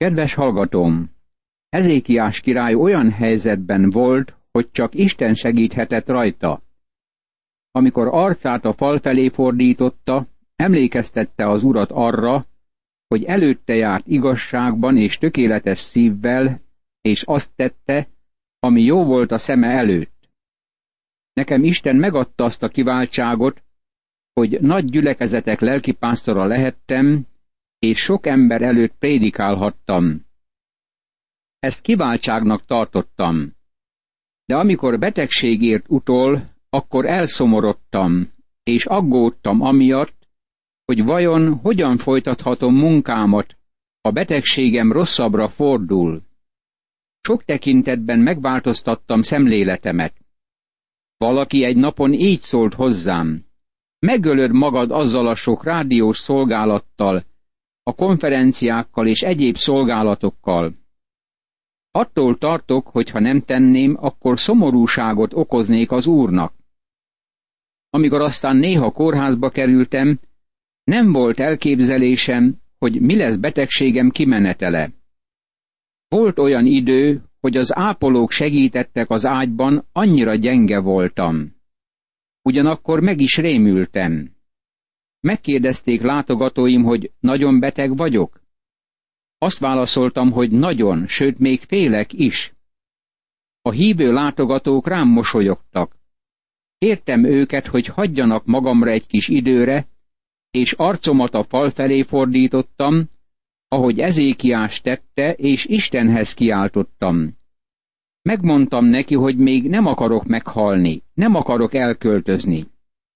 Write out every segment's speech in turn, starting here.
Kedves hallgatóm! Ezékiás király olyan helyzetben volt, hogy csak Isten segíthetett rajta. Amikor arcát a fal felé fordította, emlékeztette az Urat arra, hogy előtte járt igazságban és tökéletes szívvel, és azt tette, ami jó volt a szeme előtt. Nekem Isten megadta azt a kiváltságot, hogy nagy gyülekezetek lelkipásztora lehettem, és sok ember előtt prédikálhattam. Ezt kiváltságnak tartottam. De amikor betegség ért utol, akkor elszomorodtam, és aggódtam amiatt, hogy vajon hogyan folytathatom munkámat, ha betegségem rosszabbra fordul. Sok tekintetben megváltoztattam szemléletemet. Valaki egy napon így szólt hozzám: megölöd magad azzal a sok rádiós szolgálattal, a konferenciákkal és egyéb szolgálatokkal. Attól tartok, hogy ha nem tenném, akkor szomorúságot okoznék az Úrnak. Amikor aztán néha kórházba kerültem, nem volt elképzelésem, hogy mi lesz betegségem kimenetele. Volt olyan idő, hogy az ápolók segítettek az ágyban, annyira gyenge voltam. Ugyanakkor meg is rémültem. Megkérdezték látogatóim, hogy nagyon beteg vagyok. Azt válaszoltam, hogy nagyon, sőt még félek is. A hívő látogatók rám mosolyogtak. Kértem őket, hogy hagyjanak magamra egy kis időre, és arcomat a fal felé fordítottam, ahogy Ezékiás tette, és Istenhez kiáltottam. Megmondtam neki, hogy még nem akarok meghalni, nem akarok elköltözni.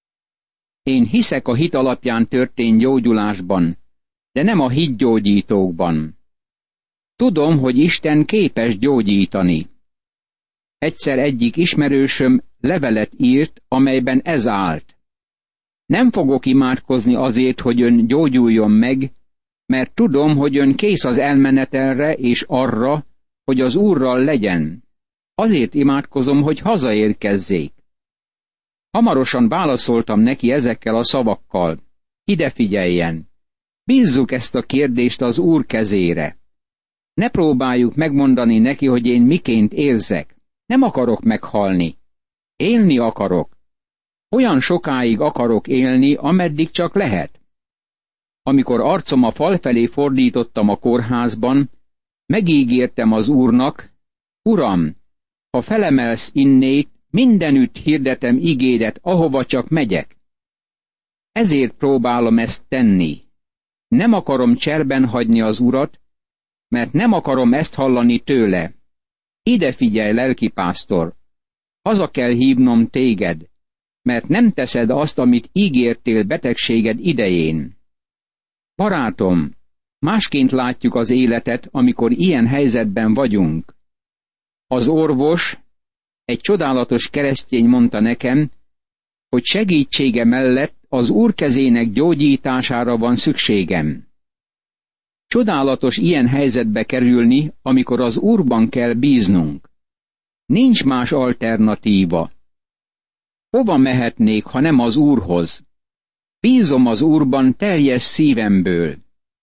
Én hiszek a hit alapján történt gyógyulásban, de nem a hitgyógyítókban. Tudom, hogy Isten képes gyógyítani. Egyszer egyik ismerősöm levelet írt, amelyben ez állt: nem fogok imádkozni azért, hogy ön gyógyuljon meg, mert tudom, hogy ön kész az elmenetelre és arra, hogy az Úrral legyen. Azért imádkozom, hogy hazaérkezzék. Hamarosan válaszoltam neki ezekkel a szavakkal: ide figyeljen! Bízzuk ezt a kérdést az Úr kezére. Ne próbáljuk megmondani neki, hogy én miként érzek. Nem akarok meghalni. Élni akarok. Olyan sokáig akarok élni, ameddig csak lehet. Amikor arcom a fal felé fordítottam a kórházban, megígértem az Úrnak: Uram, ha felemelsz innét, mindenütt hirdetem igédet, ahova csak megyek. Ezért próbálom ezt tenni. Nem akarom cserben hagyni az Urat, mert nem akarom ezt hallani tőle. Ide figyelj, lelkipásztor! Haza kell hívnom téged, mert nem teszed azt, amit ígértél betegséged idején. Barátom, másként látjuk az életet, amikor ilyen helyzetben vagyunk. Az orvos, egy csodálatos keresztény mondta nekem, hogy segítsége mellett az Úr kezének gyógyítására van szükségem. Csodálatos ilyen helyzetbe kerülni, amikor az Úrban kell bíznunk. Nincs más alternatíva. Hova mehetnék, ha nem az Úrhoz? Bízom az Úrban teljes szívemből.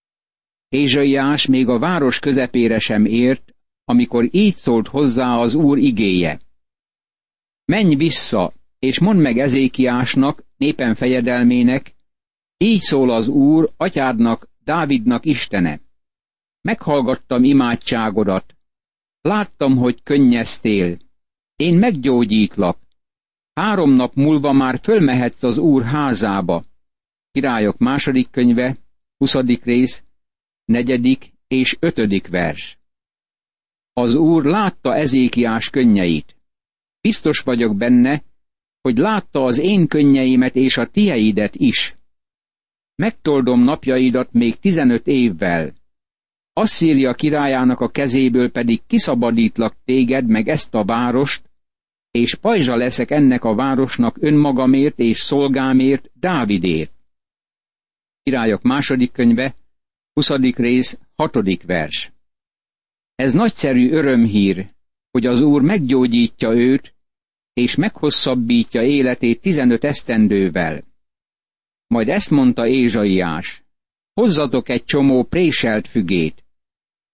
Ézsaiás még a város közepére sem ért, amikor így szólt hozzá az Úr igéje: menj vissza, és mondd meg Ezékiásnak, népem fejedelmének, így szól az Úr, atyádnak, Dávidnak Istene. Meghallgattam imádságodat. Láttam, hogy könnyeztél. Én meggyógyítlak. 3 nap múlva már fölmehetsz az Úr házába. Királyok 2. könyve, 20. rész, 4. és 5. vers. Az Úr látta Ezékiás könnyeit. Biztos vagyok benne, hogy látta az én könnyeimet és a tieidet is. Megtoldom napjaidat még 15 évvel. Asszíria királyának a kezéből pedig kiszabadítlak téged meg ezt a várost, és pajzsa leszek ennek a városnak önmagamért és szolgámért, Dávidért. Királyok 2. könyve, 20. rész, 6. vers. Ez nagyszerű örömhír, hogy az Úr meggyógyítja őt, és meghosszabbítja életét 15 esztendővel. Majd ezt mondta Ézsaiás: hozzatok egy csomó préselt fügét.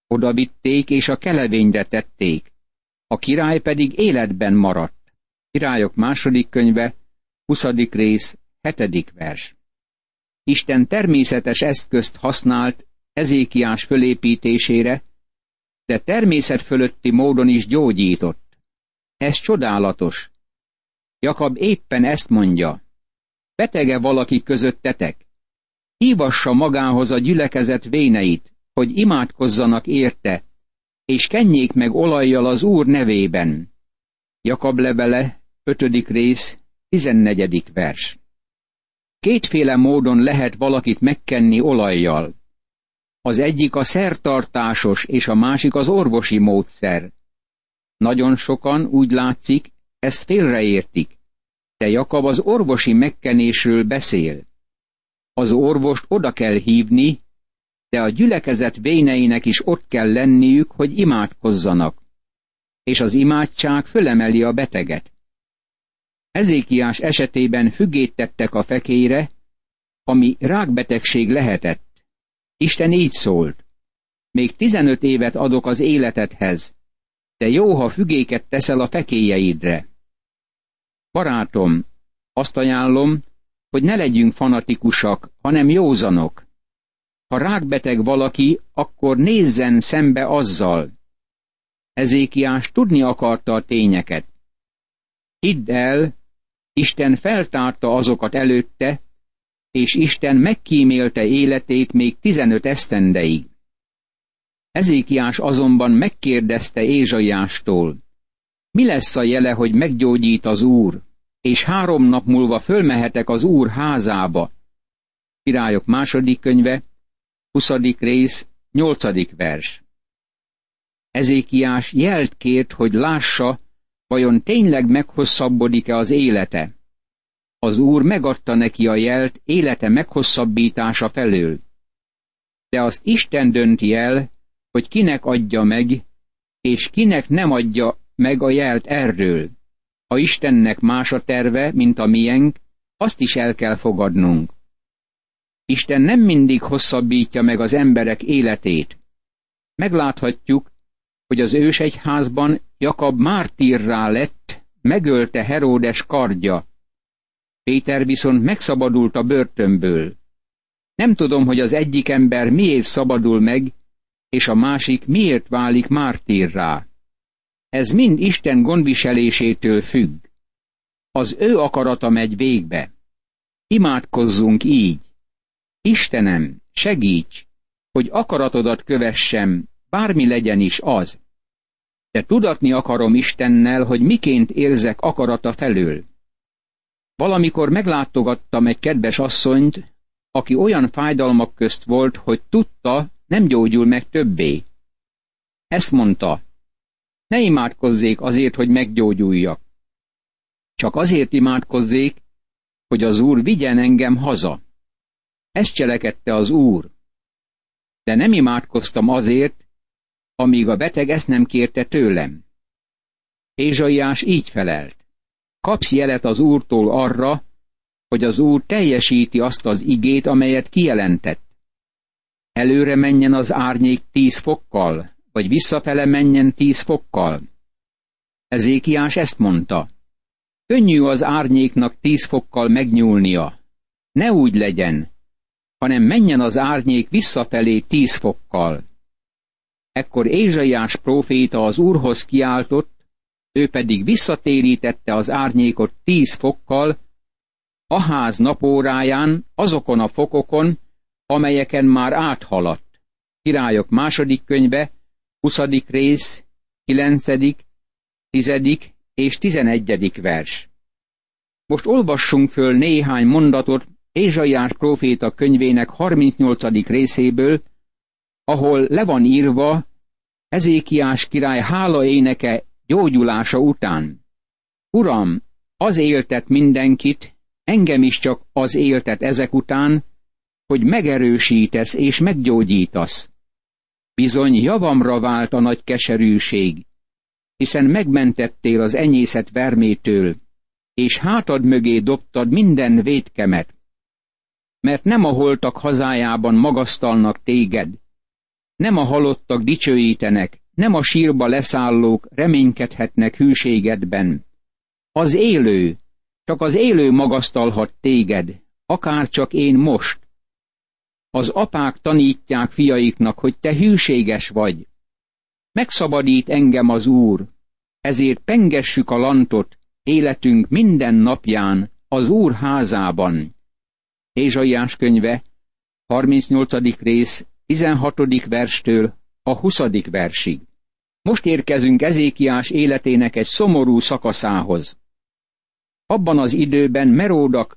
odavitték és a kelevényre tették, a király pedig életben maradt. Királyok második könyve, 20. rész, 7. vers. Isten természetes eszközt használt Ezékiás fölépítésére, de természet fölötti módon is gyógyított. Ez csodálatos. Jakab éppen ezt mondja: betege valaki közöttetek? Hívassa magához a gyülekezet véneit, hogy imádkozzanak érte, és kenjék meg olajjal az Úr nevében. Jakab levele, 5. rész, 14. vers. Kétféle módon lehet valakit megkenni olajjal. Az egyik a szertartásos, és a másik az orvosi módszer. Nagyon sokan, úgy látszik, ezt félreértik, de Jakab az orvosi megkenésről beszél. Az orvost oda kell hívni, de a gyülekezet véneinek is ott kell lenniük, hogy imádkozzanak, és az imádság fölemeli a beteget. Ezékiás esetében függét tettek a fekére, ami rákbetegség lehetett. Isten így szólt: még 15 évet adok az életedhez, de jó, ha fügéket teszel a fekéjeidre. Barátom, azt ajánlom, hogy ne legyünk fanatikusak, hanem józanok. Ha rákbeteg valaki, akkor nézzen szembe azzal. Ezékiás tudni akarta a tényeket. Hidd el, Isten feltárta azokat előtte, és Isten megkímélte életét még 15 esztendeig. Ezékiás azonban megkérdezte Ézsaiástól: mi lesz a jele, hogy meggyógyít az Úr, és 3 nap múlva fölmehetek az Úr házába? Királyok második könyve, 20. rész, 8. vers. Ezékiás jelt kért, hogy lássa, vajon tényleg meghosszabbodik-e az élete. Az Úr megadta neki a jelt élete meghosszabbítása felől. De azt Isten dönti el, hogy kinek adja meg, és kinek nem adja meg a jelt erről. Ha Istennek más a terve, mint a miénk, azt is el kell fogadnunk. Isten nem mindig hosszabbítja meg az emberek életét. Megláthatjuk, hogy az ősegyházban Jakab mártírrá lett, megölte Heródes kardja. Péter viszont megszabadult a börtönből. Nem tudom, hogy az egyik ember miért szabadul meg, és a másik miért válik mártírrá. Ez mind Isten gondviselésétől függ. Az ő akarata megy végbe. Imádkozzunk így: Istenem, segíts, hogy akaratodat kövessem, bármi legyen is az. De tudatni akarom Istennel, hogy miként érzek akarata felől. Valamikor meglátogattam egy kedves asszonyt, aki olyan fájdalmak közt volt, hogy tudta, nem gyógyul meg többé. Ezt mondta: ne imádkozzék azért, hogy meggyógyuljak. Csak azért imádkozzék, hogy az Úr vigyen engem haza. Ezt cselekedte az Úr. De nem imádkoztam azért, amíg a beteg ezt nem kérte tőlem. Ézsaiás így felelt: kapsz jelet az Úrtól arra, hogy az Úr teljesíti azt az igét, amelyet kijelentett. Előre menjen az árnyék 10 fokkal, vagy visszafele menjen 10 fokkal. Ezékiás ezt mondta: könnyű az árnyéknak 10 fokkal megnyúlnia. Ne úgy legyen, hanem menjen az árnyék visszafelé 10 fokkal. Ekkor Ézsaiás próféta az Úrhoz kiáltott, ő pedig visszatérítette az árnyékot 10 fokkal, Aház napóráján, azokon a fokokon, amelyeken már áthaladt. Királyok második könyve, 20. rész, 9., 10. és 11. vers. Most olvassunk föl néhány mondatot Ézsaiás próféta könyvének 38. részéből, ahol le van írva Ezékiás király hálaéneke gyógyulása után. Uram, az éltet mindenkit, engem is csak az éltet ezek után, hogy megerősítesz és meggyógyítasz. Bizony javamra vált a nagy keserűség, hiszen megmentettél az enyészet vermétől, és hátad mögé dobtad minden vétkemet. Mert nem a holtak hazájában magasztalnak téged, nem a halottak dicsőítenek, nem a sírba leszállók reménykedhetnek hűségedben. Az élő, csak az élő magasztalhat téged, akár csak én most. Az apák tanítják fiaiknak, hogy te hűséges vagy. Megszabadít engem az Úr, ezért pengessük a lantot életünk minden napján az Úr házában. Ézsaiás könyve, 38. rész, 16. verstől a 20. versig. Most érkezünk Ezékiás életének egy szomorú szakaszához. Abban az időben Meródak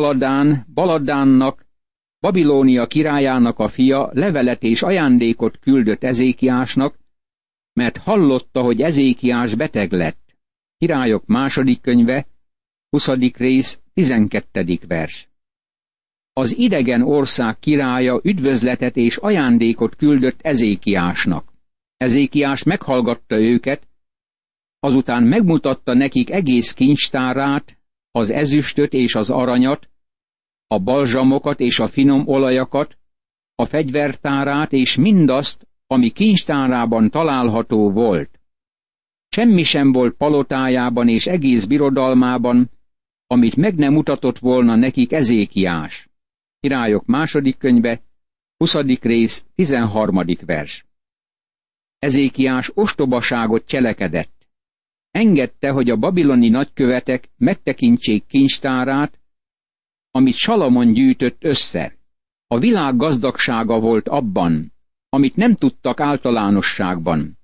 Baladánnak, Babilónia királyának a fia levelet és ajándékot küldött Ezékiásnak, mert hallotta, hogy Ezékiás beteg lett. Királyok második könyve, 20. rész, 12. vers. Az idegen ország királya üdvözletet és ajándékot küldött Ezékiásnak. Ezékiás meghallgatta őket, azután megmutatta nekik egész kincstárát, az ezüstöt és az aranyat, a balzsamokat és a finom olajakat, a fegyvertárát és mindazt, ami kincstárában található volt. Semmi sem volt palotájában és egész birodalmában, amit meg nem mutatott volna nekik Ezékiás. Királyok második könyve, 20. rész, 13. vers. Ezékiás ostobaságot cselekedett. Engedte, hogy a babiloni nagykövetek megtekintsék kincstárát, amit Salamon gyűjtött össze. A világ gazdagsága volt abban, amit nem tudtak általánosságban.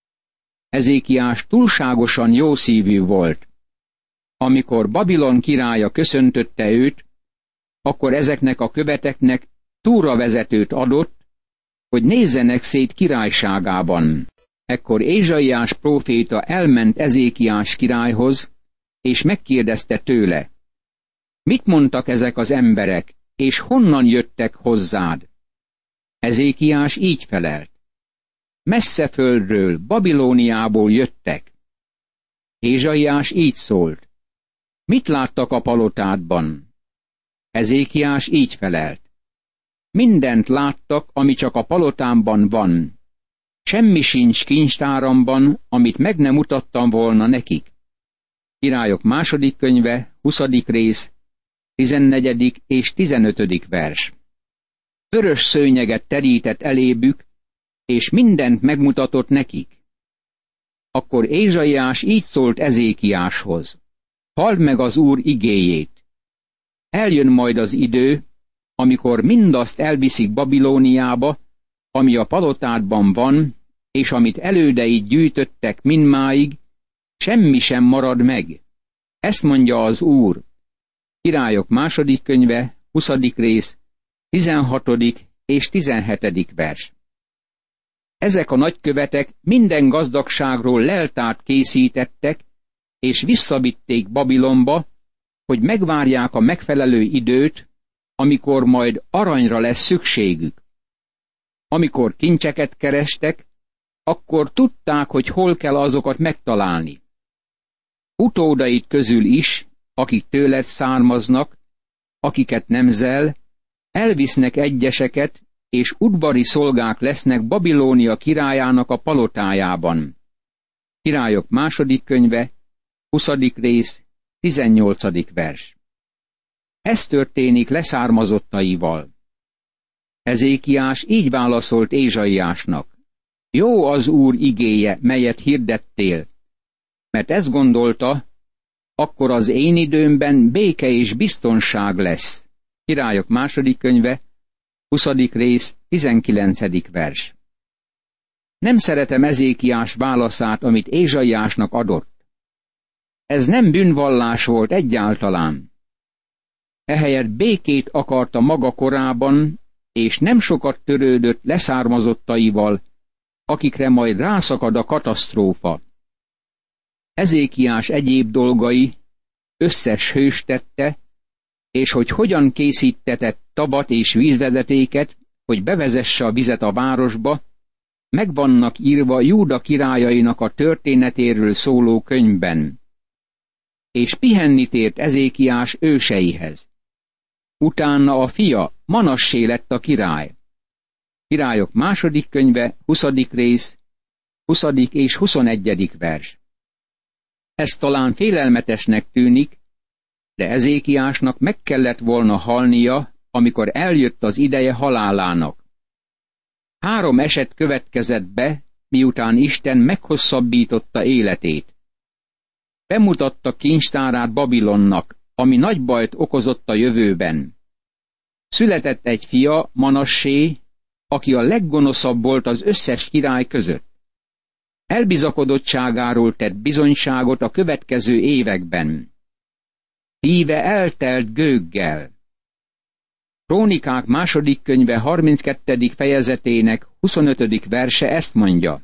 Ezékiás túlságosan jószívű volt. Amikor Babilon királya köszöntötte őt, akkor ezeknek a követeknek túravezetőt adott, hogy nézzenek szét királyságában. Ekkor Ézsaiás próféta elment Ezékiás királyhoz, és megkérdezte tőle, mit mondtak ezek az emberek, és honnan jöttek hozzád? Ezékiás így felelt, messze földről, Babilóniából jöttek. Ézsaiás így szólt, mit láttak a palotádban? Ezékiás így felelt, mindent láttak, ami csak a palotámban van. Semmi sincs kincstáramban, amit meg nem mutattam volna nekik. Királyok második könyve, 20. rész, 14. és 15. vers. Vörös szőnyeget terített elébük, és mindent megmutatott nekik. Akkor Ézsaiás így szólt Ezékiáshoz, halld meg az Úr igéjét. Eljön majd az idő, amikor mindazt elviszik Babilóniába, ami a palotádban van, és amit elődeid gyűjtöttek mindmáig, semmi sem marad meg. Ezt mondja az Úr. Királyok második könyve, 20. rész, 16. és 17. vers. Ezek a nagykövetek minden gazdagságról leltárt készítettek, és visszavitték Babilonba, hogy megvárják a megfelelő időt, amikor majd aranyra lesz szükségük. Amikor kincseket kerestek, akkor tudták, hogy hol kell azokat megtalálni. Utódaid közül is, akik tőled származnak, akiket nemzel, elvisznek egyeseket, és udvari szolgák lesznek Babilónia királyának a palotájában. Királyok második könyve, 20. rész, 18. vers. Ez történik leszármazottaival. Ezékiás így válaszolt Ézsaiásnak. Jó az Úr igéje, melyet hirdettél, mert ezt gondolta, akkor az én időmben béke és biztonság lesz. Királyok második könyve, 20. rész, 19. vers. Nem szeretem Ezékiás válaszát, amit Ézsaiásnak adott. Ez nem bűnvallás volt egyáltalán. Ehelyett békét akarta maga korában, és nem sokat törődött leszármazottaival, akikre majd rászakad a katasztrófa. Ezékiás egyéb dolgai összes hős tette, és hogy hogyan készítetett tabat és vízvezetéket, hogy bevezesse a vizet a városba, meg vannak írva Júda királyainak a történetéről szóló könyvben. És pihenni tért Ezékiás őseihez. Utána a fia, Manassé lett a király. Királyok második könyve, 20. rész, 20. és 21. vers. Ez talán félelmetesnek tűnik, de Ezékiásnak meg kellett volna halnia, amikor eljött az ideje halálának. 3 eset következett be, miután Isten meghosszabbította életét. Bemutatta kincstárát Babilonnak, ami nagy bajt okozott a jövőben. Született egy fia, Manassé, aki a leggonoszabb volt az összes király között. Elbizakodottságáról tett bizonyságot a következő években. Szíve eltelt gőggel. Krónikák második könyve 32. fejezetének 25. verse ezt mondja.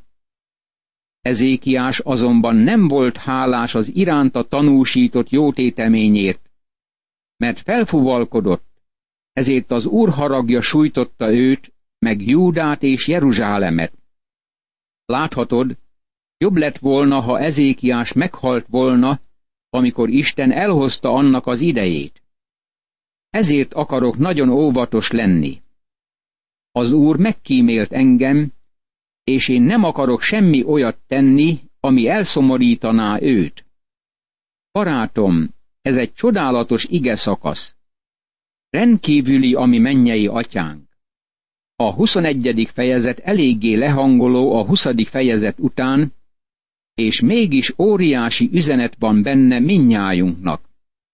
Ezékiás azonban nem volt hálás az iránta tanúsított jótéteményért, mert felfuvalkodott, ezért az Úr haragja sújtotta őt, meg Júdát és Jeruzsálemet. Láthatod, jobb lett volna, ha Ezékiás meghalt volna, amikor Isten elhozta annak az idejét. Ezért akarok nagyon óvatos lenni. Az Úr megkímélt engem, és én nem akarok semmi olyat tenni, ami elszomorítaná őt. Barátom, ez egy csodálatos igeszakasz. Rendkívüli a mi mennyei atyánk. A 21. fejezet eléggé lehangoló a 20. fejezet után, és mégis óriási üzenet van benne mindnyájunknak.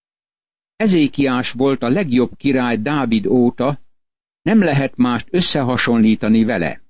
Ezékiás volt a legjobb király Dávid óta, nem lehet mást összehasonlítani vele.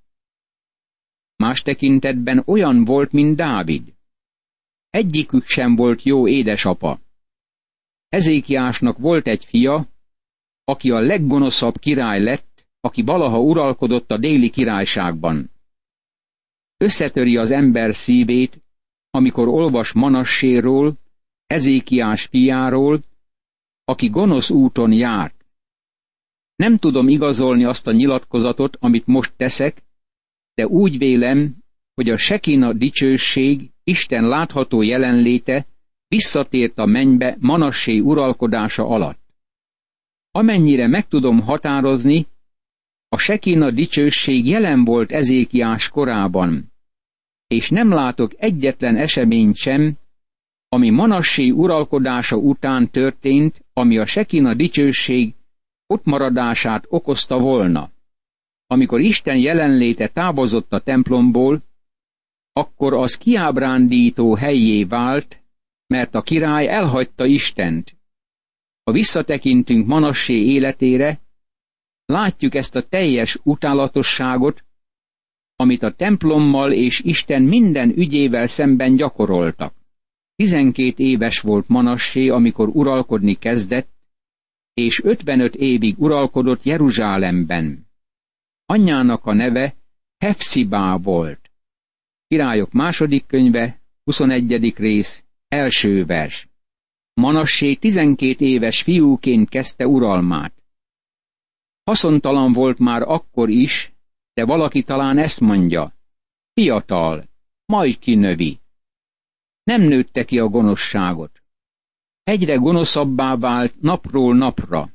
Más tekintetben olyan volt, mint Dávid. Egyikük sem volt jó édesapa. Ezékiásnak volt egy fia, aki a leggonoszabb király lett, aki valaha uralkodott a déli királyságban. Összetöri az ember szívét, amikor olvas Manasséról, Ezékiás fiáról, aki gonosz úton járt. Nem tudom igazolni azt a nyilatkozatot, amit most teszek, de úgy vélem, hogy a Sekina dicsőség, Isten látható jelenléte visszatért a mennybe Manassé uralkodása alatt. Amennyire meg tudom határozni, a Sekina dicsőség jelen volt Ezékiás korában, és nem látok egyetlen eseményt sem, ami Manassé uralkodása után történt, ami a Sekina dicsőség ottmaradását okozta volna. Amikor Isten jelenléte távozott a templomból, akkor az kiábrándító hellyé vált, mert a király elhagyta Istent. Ha visszatekintünk Manassé életére, látjuk ezt a teljes utálatosságot, amit a templommal és Isten minden ügyével szemben gyakoroltak. 12 éves volt Manassé, amikor uralkodni kezdett, és 55 évig uralkodott Jeruzsálemben. Anyjának a neve Hefszibá volt. Királyok második könyve, 21. rész, első vers. Manassé 12 éves fiúként kezdte uralmát. Haszontalan volt már akkor is, de valaki talán ezt mondja, fiatal, majd kinövi. Nem nőtte ki a gonoszságot. Egyre gonoszabbá vált napról napra.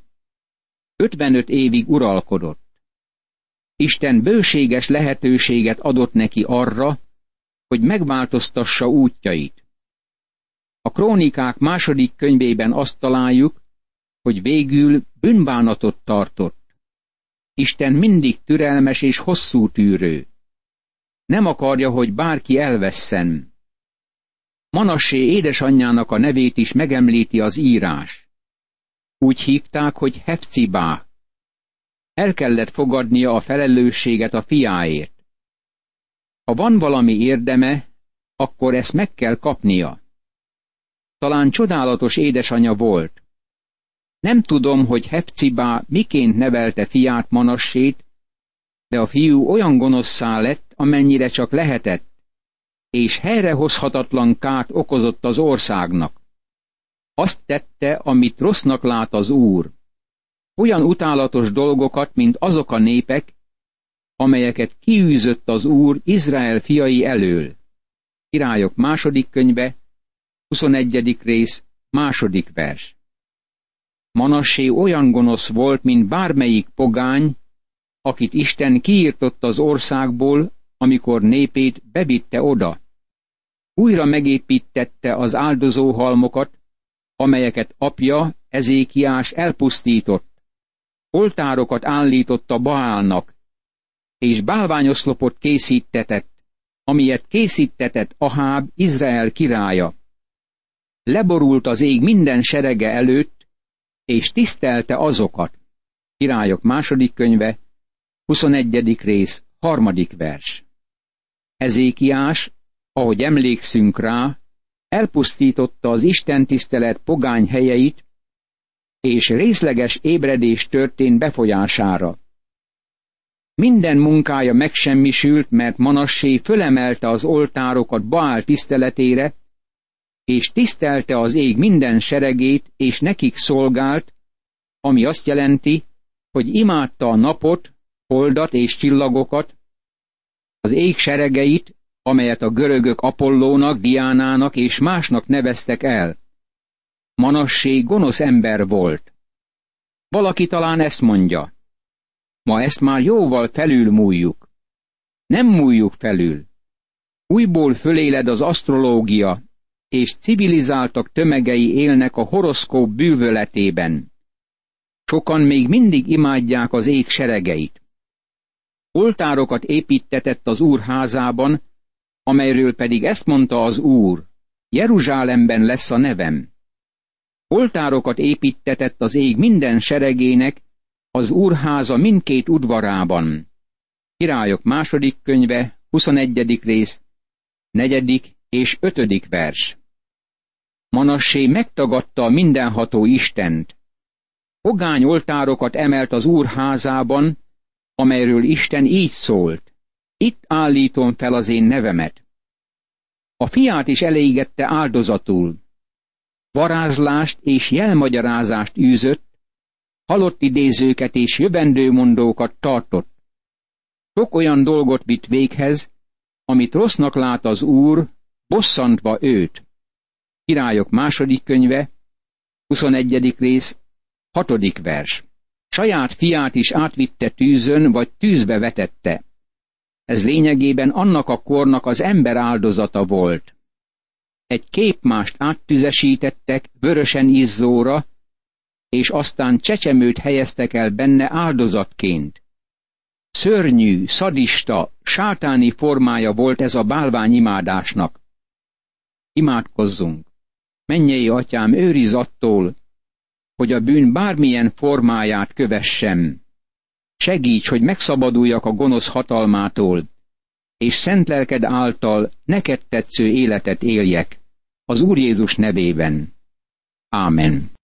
55 évig uralkodott. Isten bőséges lehetőséget adott neki arra, hogy megváltoztassa útjait. A Krónikák második könyvében azt találjuk, hogy végül bűnbánatot tartott. Isten mindig türelmes és hosszú tűrő. Nem akarja, hogy bárki elvesszen. Manassé édesanyjának a nevét is megemlíti az írás. Úgy hívták, hogy Hefszibá. El kellett fogadnia a felelősséget a fiáért. Ha van valami érdeme, akkor ezt meg kell kapnia. Talán csodálatos édesanyja volt. Nem tudom, hogy Hefszibá miként nevelte fiát Manassét, de a fiú olyan gonoszszá lett, amennyire csak lehetett, és helyrehozhatatlan kárt okozott az országnak. Azt tette, amit rossznak lát az Úr. Olyan utálatos dolgokat, mint azok a népek, amelyeket kiűzött az Úr Izrael fiai elől. Királyok második könyve, 21. rész, második vers. Manassé olyan gonosz volt, mint bármelyik pogány, akit Isten kiirtott az országból, amikor népét bevitte oda. Újra megépítette az áldozóhalmokat, amelyeket apja Ezékiás elpusztított. Oltárokat állított a Baálnak, és bálványoszlopot készítetett, amilyet készítetett Aháb, Izrael királya. Leborult az ég minden serege előtt, és tisztelte azokat. Királyok második könyve, 21. rész, 3. vers. Ezékiás, ahogy emlékszünk rá, elpusztította az istentisztelet pogány helyeit, és részleges ébredés történt befolyására. Minden munkája megsemmisült, mert Manassé fölemelte az oltárokat Baál tiszteletére, és tisztelte az ég minden seregét, és nekik szolgált, ami azt jelenti, hogy imádta a napot, holdat és csillagokat, az ég seregeit, amelyet a görögök Apollónak, Diánának és másnak neveztek el. Manassé gonosz ember volt. Valaki talán ezt mondja. Ma ezt már jóval felülmúljuk. Nem múljuk felül. Újból föléled az asztrológia, és civilizáltak tömegei élnek a horoszkóp bűvöletében. Sokan még mindig imádják az ég seregeit. Oltárokat építtetett az Úr házában, amelyről pedig ezt mondta az Úr, Jeruzsálemben lesz a nevem. Oltárokat építtetett az ég minden seregének, az Úrháza mindkét udvarában. Királyok második könyve, 21. rész, 4. és 5. vers. Manassé megtagadta a mindenható Istent. Pogány oltárokat emelt az Úr házában, amelyről Isten így szólt. Itt állítom fel az én nevemet. A fiát is elégette áldozatul. Varázslást és jelmagyarázást űzött, halottidézőket és jövendőmondókat tartott. Sok olyan dolgot vitt véghez, amit rossznak lát az Úr, bosszantva őt. Királyok második könyve, 21. rész, 6. vers. Saját fiát is átvitte tűzön, vagy tűzbe vetette. Ez lényegében annak a kornak az ember áldozata volt. Egy képmást áttüzesítettek vörösen izzóra, és aztán csecsemőt helyeztek el benne áldozatként. Szörnyű, szadista, sátáni formája volt ez a bálványimádásnak. Imádkozzunk! Mennyei Atyám, őrizz attól, hogy a bűn bármilyen formáját kövessem. Segíts, hogy megszabaduljak a gonosz hatalmától, és szent lelked által neked tetsző életet éljek, az Úr Jézus nevében. Ámen.